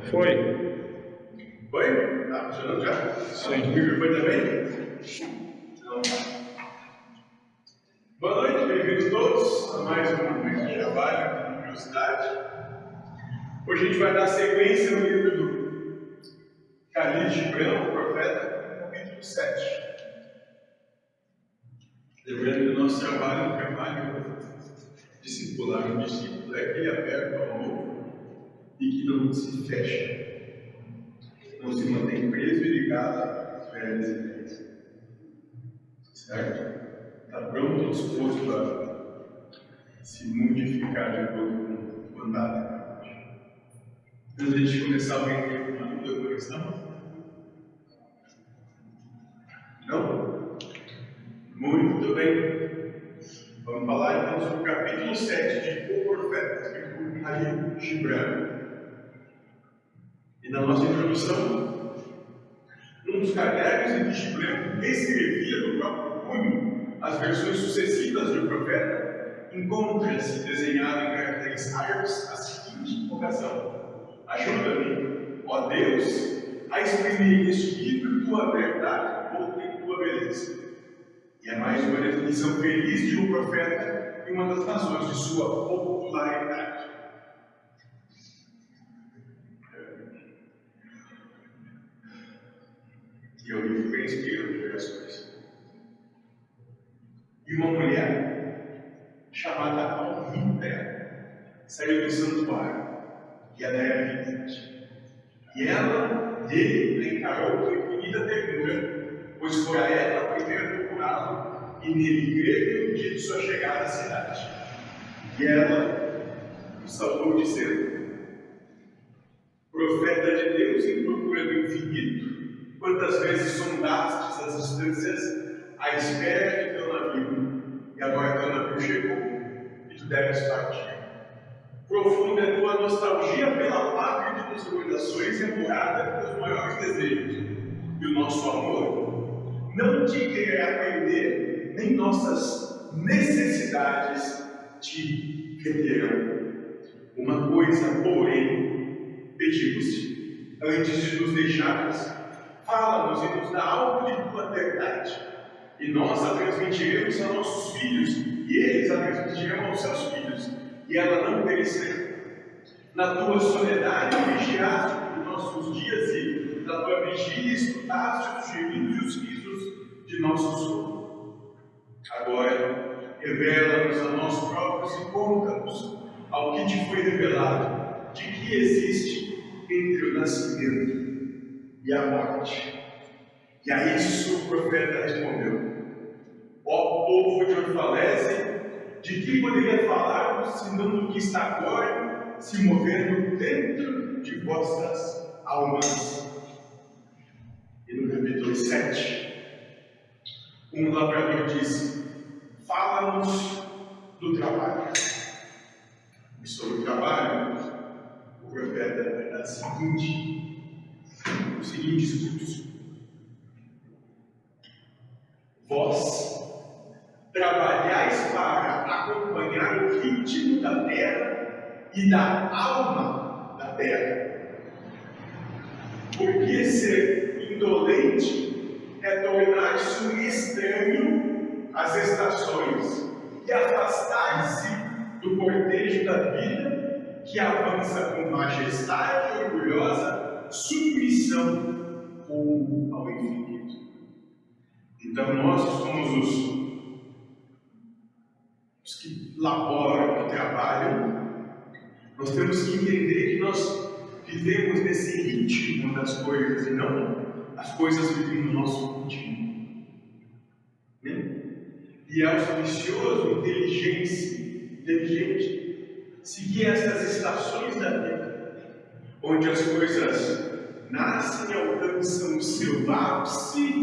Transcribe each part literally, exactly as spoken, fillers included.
Foi. Foi? Tá funcionando já? Sim. O microfone também? Então tá. Boa noite, bem-vindos todos a mais um momento de trabalho aqui na Universidade. Hoje a gente vai dar sequência no livro do Khalil Gibran, o profeta, capítulo sete. Lembrando que o nosso trabalho, o trabalho discipular um discípulo é aquele aberto ao novo e que não se fecha. Não se mantém preso e ligado às velhas ideias. Certo? Está pronto, disposto a se modificar de acordo com o mandato de Deus. Antes de a gente começar, alguém tem uma dúvida, alguma questão? Não? Muito bem. Vamos falar então sobre o capítulo sete de O Profeta, escrito por Khalil Gibran. E na nossa introdução, num dos cadernos em que Gibran escrevia do próprio punho as versões sucessivas do profeta, encontra-se desenhado em caracteres árabes a seguinte invocação: ajuda-me, ó Deus, a exprimir neste livro tua verdade ou em tua beleza. E é mais uma definição feliz de um profeta e uma das razões de sua popularidade. E eu livro bem inspirado de gerações. E uma mulher chamada Almita saiu do santuário, e ela era vidente. E ela, dele, a encarou com infinita ternura, pois foi a ela a primeira procurá-lo, e nele crer no dia de sua chegada à cidade. E ela o saudou dizendo: profeta de Deus em procura do infinito, quantas vezes sondastes as distâncias à espera de teu navio, e agora teu navio chegou, e tu deves partir. Profunda é tua nostalgia pela pátria de tuas recordações e a morada de teus maiores desejos. E o nosso amor não te quererá aprender, nem nossas necessidades te reterão. Uma coisa, porém, pedimos-te, antes de nos deixares, fala-nos e nos dá algo de tua verdade, e nós a transmitiremos a nossos filhos, e eles a transmitirão aos seus filhos, e ela não perecerá. Na tua soledade vigiaste os nossos dias, e na tua vigília escutaste os gemidos e os risos de nosso sono. Agora, revela-nos a nós próprios e conta-nos ao que te foi revelado, de que existe entre o nascimento e a morte. E a isso o profeta respondeu: ó povo de Orfalese, de que poderia falar, senão do que está agora se movendo dentro de vossas almas? E no capítulo sete, um lavrador disse: fala-nos do trabalho. E sobre o trabalho, o profeta vai dar o seguinte, o seguinte discurso: vós trabalhais para acompanhar o ritmo da terra e da alma da terra. Porque ser indolente é tornar-se um estranho às estações e afastar-se do cortejo da vida que avança com majestade e orgulhosa submissão rumo ao infinito. Então nós somos os os que laboram, que trabalham. Nós temos que entender que nós vivemos nesse ritmo das coisas e não as coisas vivem no nosso ritmo. Né? E é auspicioso, inteligente, inteligente seguir essas estações da vida, onde as coisas nascem e alcançam o seu ápice.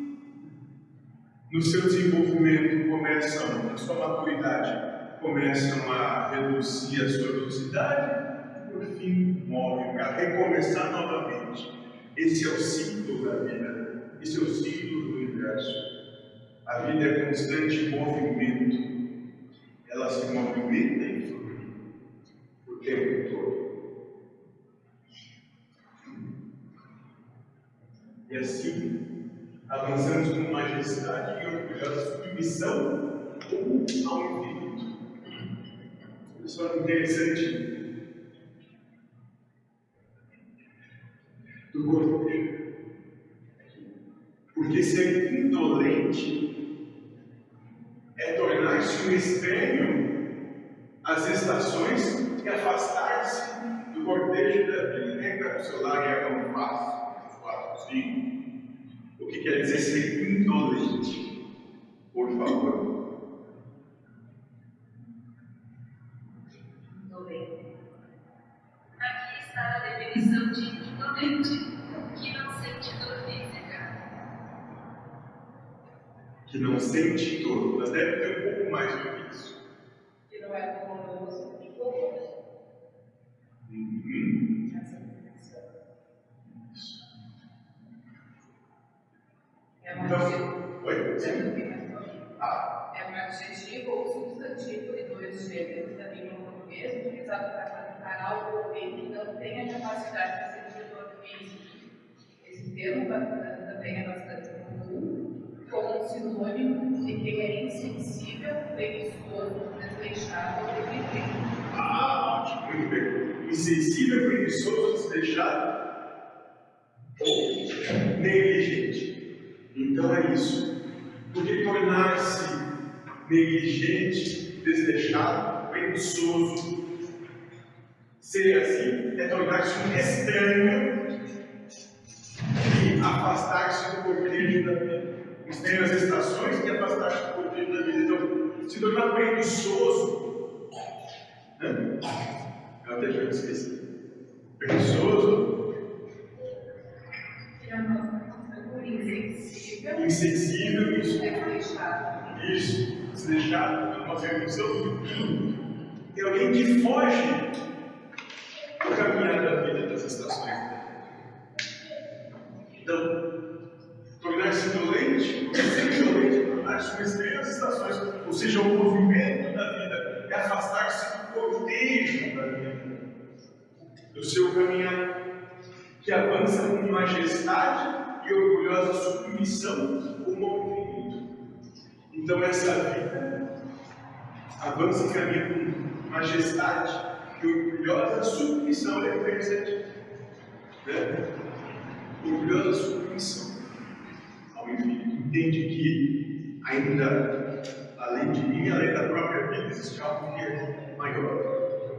No seu desenvolvimento começam, na sua maturidade, começam a reduzir a sua velocidade e por fim morrem para recomeçar novamente. Esse é o ciclo da vida, esse é o ciclo do universo. A vida é constante movimento, ela se movimenta e flui o tempo todo. E assim, avançamos com majestade e orgulhosa submissão ao infinito. Pessoal, interessante do cordeiro. Porque ser indolente é tornar-se um estranho às estações e afastar-se do cortejo da vida. Entra no celular e é tão fácil, fácil. O que quer dizer ser indolente? Por favor. Indolente. Aqui está a definição de indolente, que não sente dor física. Que não sente dor, mas deve ter um pouco mais do que isso. Que não é doloroso e doloroso. Uhum. Essa é a definição. É uma Então, oi? Ah. É um adjetivo ou substantivo de dois gêneros da língua portuguesa utilizado para qualificar algo ou alguém que não tem a capacidade de sentir dor física. Esse termo também é bastante comum, como um sinônimo de quem é insensível, preguiçoso, desleixado ou negligente. Ah, ótimo, muito bem. Insensível, preguiçoso, desleixado ou negligente. Então é isso. Porque tornar-se negligente, desleixado, preguiçoso, ser assim é tornar-se um estranho e afastar-se do cortejo da vida. Estranho às estações e afastar-se do cortejo da vida. Então, se tornar preguiçoso, né? Eu até já esqueci. Preguiçoso, insensível, insensível, isso, desleixado, isso, desleixado, na nossa reflexão, é alguém que foge do caminhar da vida das estações. Então, tornar-se indolente, ser indolente, tornar-se um estranho às estações, ou seja, o movimento da vida, é afastar-se do cortejo da vida, do seu caminhar, que avança com majestade e orgulhosa submissão rumo ao infinito. Então essa vida avança e caminha com majestade e orgulhosa submissão. É interessante, né? Orgulhosa submissão ao infinito. Entende que ainda, além de mim, além da própria vida, existe algo que é maior.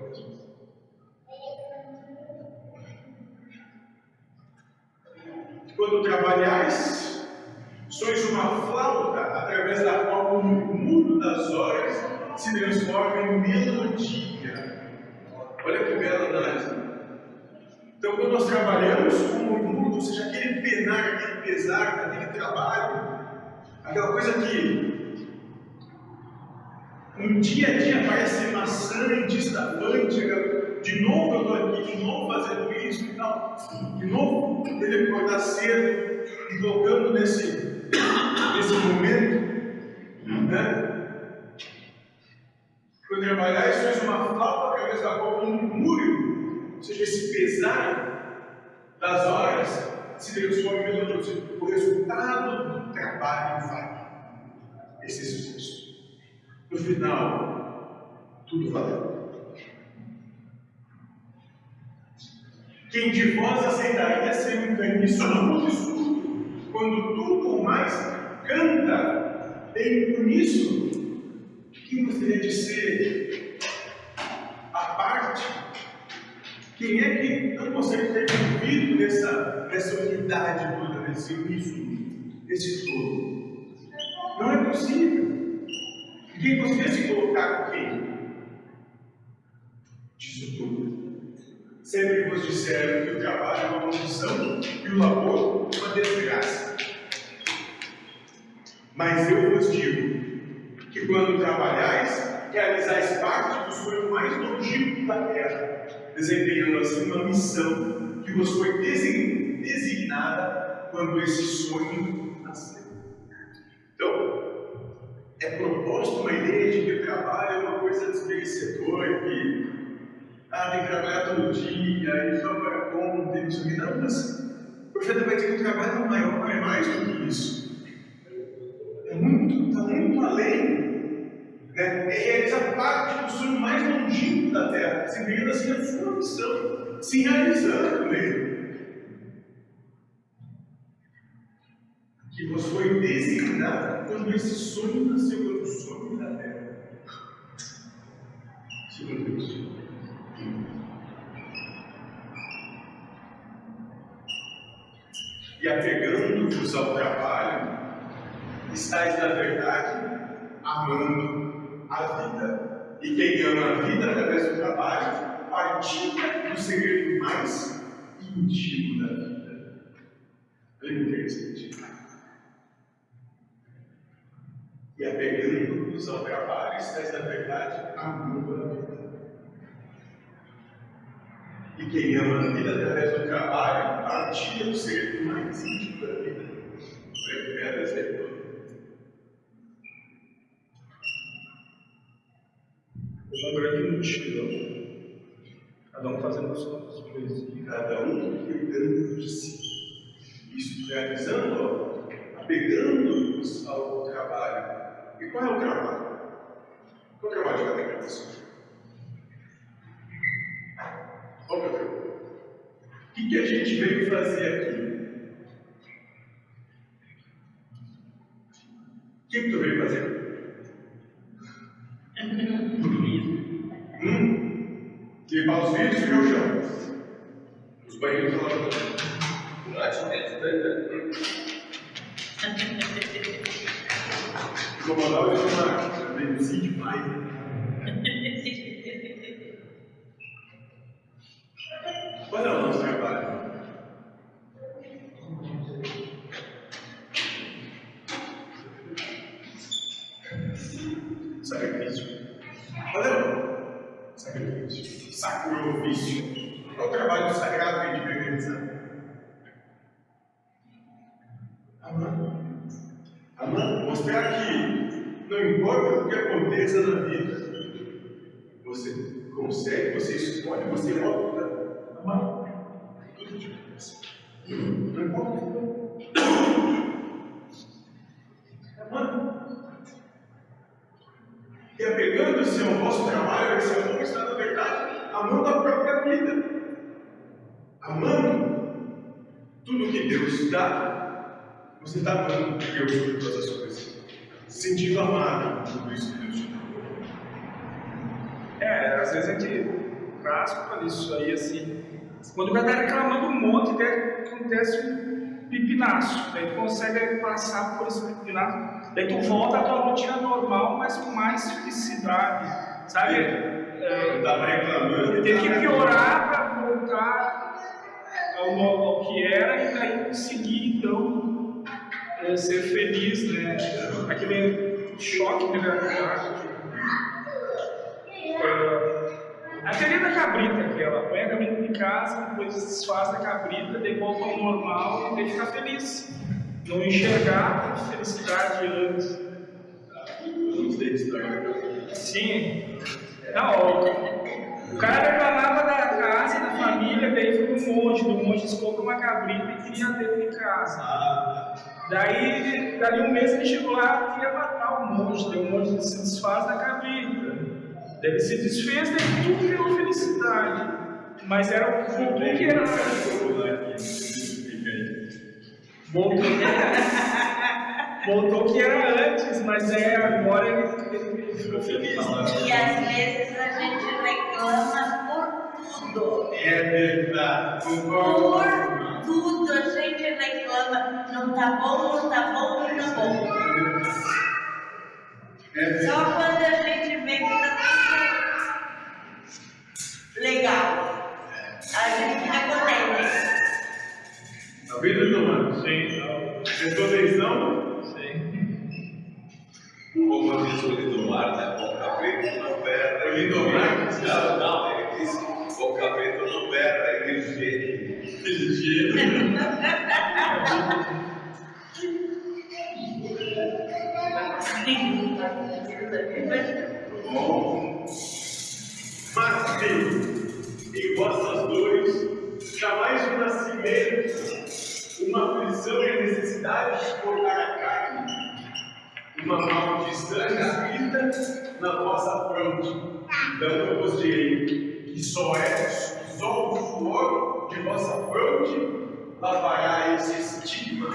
Quando trabalhais, sois uma flauta através da qual o murmúrio das horas se transforma em melodia. Olha que bela análise. Então, quando nós trabalhamos com o murmúrio, ou seja, aquele penar, aquele pesar, aquele trabalho, aquela coisa que um dia a dia parece maçante, estafante, de novo eu estou aqui, de novo fazendo isso e tal, de novo ele acordar cedo e colocando nesse, nesse momento, né? Quando trabalhar, isso faz uma flauta através da qual um murmúrio, ou seja, esse pesar das horas se transforma em melodia, ou seja, o resultado do trabalho vai, esse esforço. No final, tudo valeu. Quem de vós aceitaria ser um caniço surdo, quando tudo ou mais canta em uníssono? Quem gostaria de ser a parte? Quem é que não consegue ter vivido nessa, nessa unidade toda, nesse uníssono, nesse todo? Não é possível. Quem conseguia se colocar com quem? Disso tudo. Sempre vos disseram que o trabalho é uma maldição e o labor uma desgraça. Mas eu vos digo que quando trabalhais, realizais parte do sonho mais longínquo da terra, desempenhando assim uma missão que vos foi designada quando esse sonho nasceu. Então, é proposta uma ideia de que o trabalho é uma coisa desmerecedora, que ah, tem que trabalhar todo dia, e só para conta, isso aqui. Não, mas, por profeta vai dizer que o trabalho é maior, é mais do que isso. É muito, está muito além. Né? É realizar parte do sonho mais longínquo da Terra, se vendo assim a sua missão, se realizando mesmo. Que você foi designado quando esse sonho nasceu, quando o sonho da Terra. Segundo Deus. E apegando-vos ao trabalho, estáis, na verdade, amando a vida. E quem ama a vida através do trabalho, partilha do segredo mais íntimo da vida. Olha que interessante. E apegando-vos ao trabalho, estáis, na verdade, amando a vida. E quem ama a vida através do trabalho, partilha do segredo mais íntimo da vida. Primeiro exemplo. Uma grande multidão, cada um fazendo as suas coisas. Cada um cuidando de si. Isso realizando, apegando-nos ao trabalho. E qual é o trabalho? Qual é o trabalho de cada pessoa? Qual é o trabalho? O que, que a gente veio fazer aqui? O que, que tu veio fazer? hum? Limpar os vidros e ver o chão. Os banheiros lá no chão. Incomodar o personagem, reduzir demais. Qual é o nosso trabalho? Sacrifício. Qual é o sacrifício? Sacrifício. Qual é o trabalho sagrado que a gente vai realizar? Amar. Amar. Mostrar que não importa o que aconteça na vida, você consegue, você escolhe, você opta. Amar. Tudo de coisa. Não importa. Amar. E apegando-se ao vosso trabalho, esse amor está, na verdade, amando a própria vida. Amando tudo que Deus dá, você está amando Deus sobre todas as coisas. Sentindo amado por tudo isso que Deus te dá. É, às vezes a gente raspa isso aí assim. Quando o cara está reclamando um monte, daí acontece um pipinaço. Daí tu consegue passar por esse pipinaço. Daí tu volta à tua rotina normal, mas com mais felicidade. Sabe? É, estava reclamando. Tem que piorar para voltar ao, ao que era e daí conseguir, então, é, ser feliz, né? Aquele choque de realidade. A teoria da cabrita, aquela, põe a cabrita em casa, depois desfaz da cabrita, daí volta ao normal e daí fica feliz. Não enxergar a felicidade antes. Vamos ter história. Sim. Não, o cara reclamava da casa, da família, daí foi um monge, do monge escolheu uma cabrita e queria dentro de casa. Daí, dali um mês ele chegou lá e queria matar o monge, daí o monge se desfaz da cabrita. Daí ele se desfez, daí tudo virou felicidade. Mas era o tudo que era. Voltou, voltou que era antes, mas é agora ele, ele ficou feliz. E às vezes a gente reclama por tudo. É verdade. Por tudo a gente reclama. Não tá bom, não tá bom, não tá bom. É Só quando a gente vê que tá tudo legal, a gente fica contente. A vida do humano. Sim. Prestou atenção? Sim. Como diz o Lindomar, né? Boca preta não berra. O Lindomar? Não, não, ele diz boca preta não berra, ele geme. Ele geme. Bom. Mas, filho, em vossas dores, jamais o nascimento, aflição e a necessidade de suportar a carne, uma maldição escrita na vossa fronte. Então eu vos direi que só é só o suor de vossa fronte lavará esse estigma.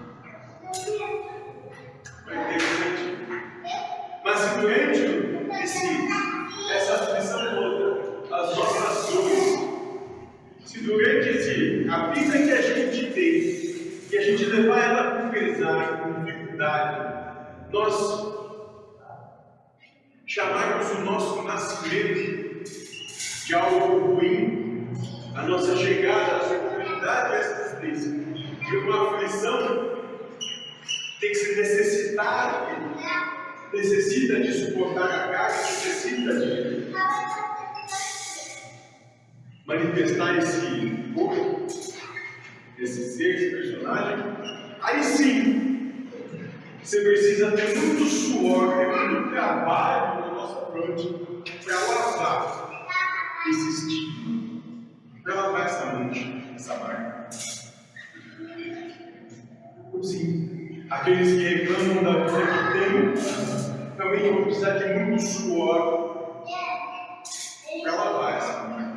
É interessante. Mas se durante esse, essa aflição toda, as nossas dores, se durante esse, a vida que a gente tem, que a gente levar ela com pesar, com dificuldade, nós chamarmos o nosso nascimento de algo ruim, a nossa chegada, a nossa oportunidade, essa existência, de uma aflição, tem que se necessitar, necessita de suportar a carga, necessita de manifestar esse corpo, esse ser, esse personagem, aí sim, você precisa ter muito suor, ter muito trabalho na nossa fronte para lavar esse estigma, para lavar essa mancha, essa marca. Sim, aqueles que reclamam da vida que têm, também vão precisar de muito suor para lavar essa marca.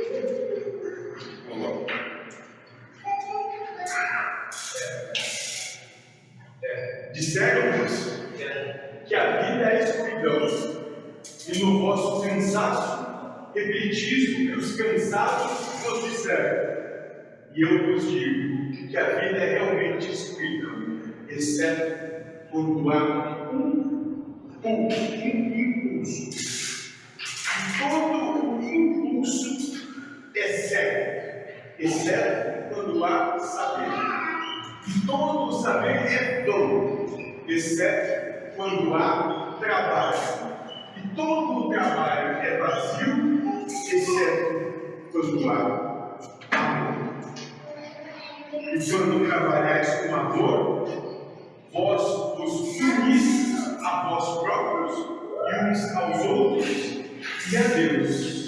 Disseram-nos que a vida é escuridão, e no vosso cansaço repetis o que os cansados vos disseram. E eu vos digo que a vida é realmente escuridão, exceto quando há um pulso, um impulso. E todo o impulso é cego, exceto quando há saber. E todo o saber é dom, exceto quando há trabalho. E todo o trabalho é vazio, exceto quando há amor. E quando trabalhais com amor, vós vos unis a vós próprios e uns aos outros e a Deus.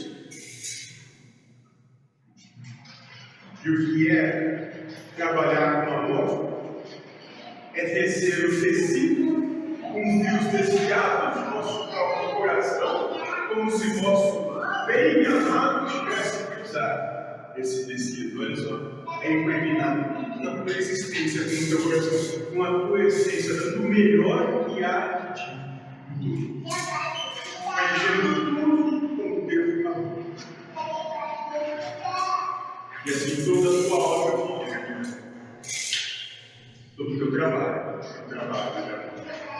E o que é trabalhar com amor? É tecer o tecido com fios desfiados do nosso próprio coração, como se vosso bem amado tivesse que usar esse tecido. Olha só, é impregnado na tua existência, com o teu coração, com a tua essência, dando o melhor que há de ti. Preenchendo tudo com o teu amor. E assim toda a tua obra fica sobre o teu trabalho, o trabalho, o trabalho.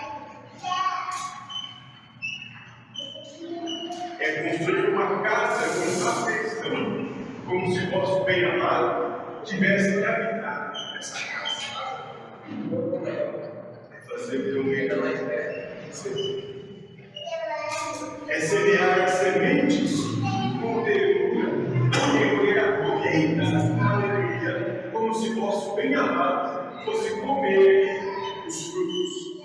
É construir uma casa com afeição, como se vosso bem-amado tivesse que habitar nessa casa. É fazer o teu melhor. É semear as sementes com ternura, recolher a colheita com alegria, como se vosso bem-amado fosse comer os frutos.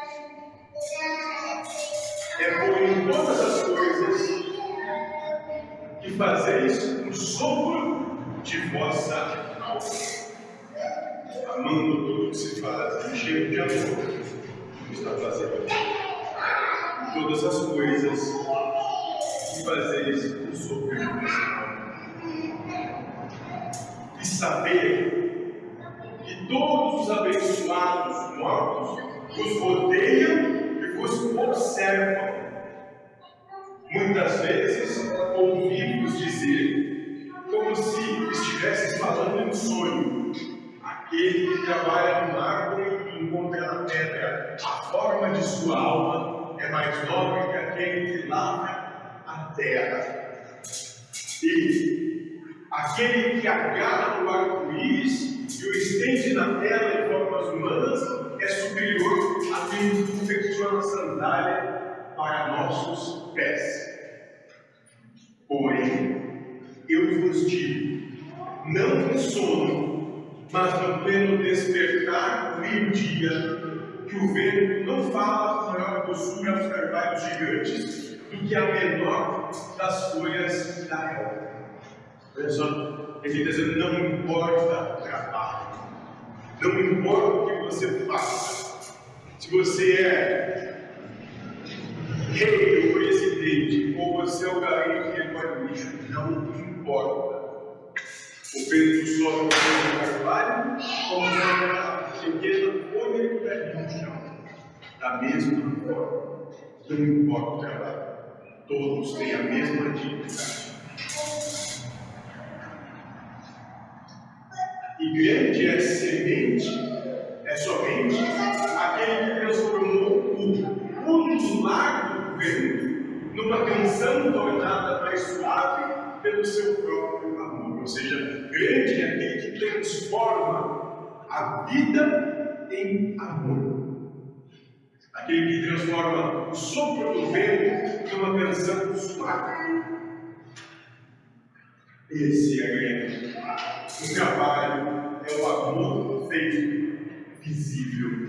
É por em todas as coisas que fazeis um sopro de vossa alma, amando tudo que se faz, cheio de amor, que está fazendo. Em todas as coisas que fazeis um sopro de vossa alma. E saber que todos os abençoados mortos vos rodeiam e vos observam. Muitas vezes ouvi-vos dizer, como se estivesses falando em um sonho, aquele que trabalha no mármore e encontra na pedra a forma de sua alma é mais nobre que aquele que lavra a terra. E aquele que agarra o arco-íris e o estende na tela em formas humanas é superior àquele que confecciona a sandália para nossos pés. Porém, eu vos digo, não no sono, mas no pleno despertar do meio-dia, que o vento não fala com maior doçura aos carvalhos gigantes do que a menor das folhas da relva. Olha só, ele está dizendo, não importa o trabalho, Não importa o que você faça. Se você é rei ou presidente, ou você é o garoto que recolhe lixo, não importa. O peso sobe no carvalho, como uma pequena folha que cai no chão. Da mesma forma, não importa o trabalho, todos têm a mesma dignidade. E grande é a semente, é somente aquele que transformou o mundo largo do vento numa canção tornada mais suave pelo seu próprio amor. Ou seja, grande é aquele que transforma a vida em amor. Aquele que transforma o sopro do vento numa canção suave. Esse é grande. O trabalho é o amor feito visível.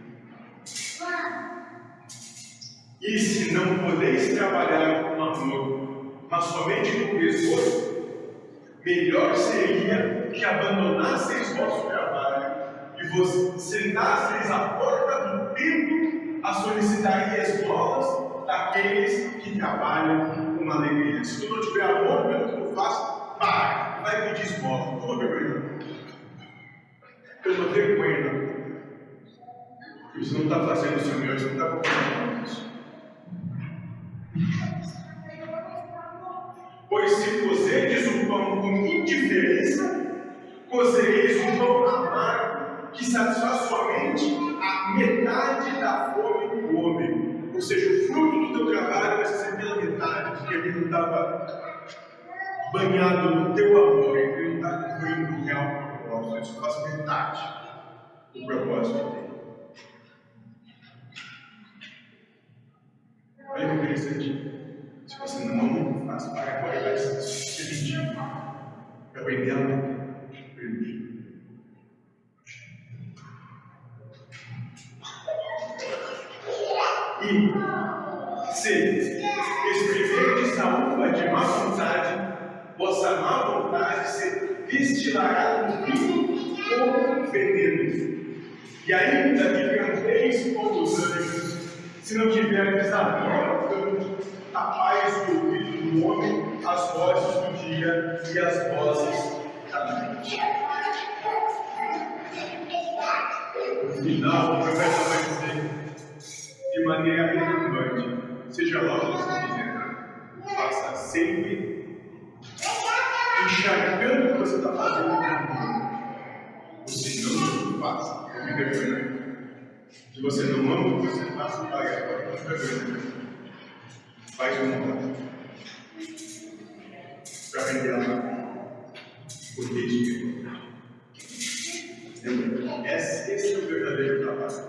E se não podeis trabalhar com amor, mas somente com pessoas, melhor seria que abandonasseis vosso trabalho e vos sentasseis à porta do templo a solicitar esmolas daqueles que trabalham com alegria. Se tu não tiver amor pelo que tu faz, para, vai pedir esmola. Toma vergonha. Toma vergonha. Porque você não está fazendo o seu melhor, você não está concordando com isso. Pois se cozeres o pão com indiferença, cozereis um pão amargo que satisfaz somente a metade da fome do homem. Ou seja, o fruto do teu trabalho vai ser pela metade, porque ele não estava banhado no teu amor, ele não está cumprindo o real propósito. Isso faz metade do propósito dele. Olha que interessante. Se você não faz, para agora vai se repetir. Para aprender a aprender. E se escreverdes na uva de má vontade, vossa má vontade se destilará no vinho como veneno. E ainda que canteis como os anjos, se não tiverdes amor, a paz do ouvido do homem, as vozes do dia e as vozes da noite. No final, o profeta vai dizer, de maneira redundante, seja lá o que você quiser, faça sempre enxergando o que você está fazendo no mundo. Você não faça, eu me vergonho. Se você não ama o que você faz, vai agora, não vergonha. Faz um modo para aprender a amar, porque isso é importante. Esse é o verdadeiro trabalho.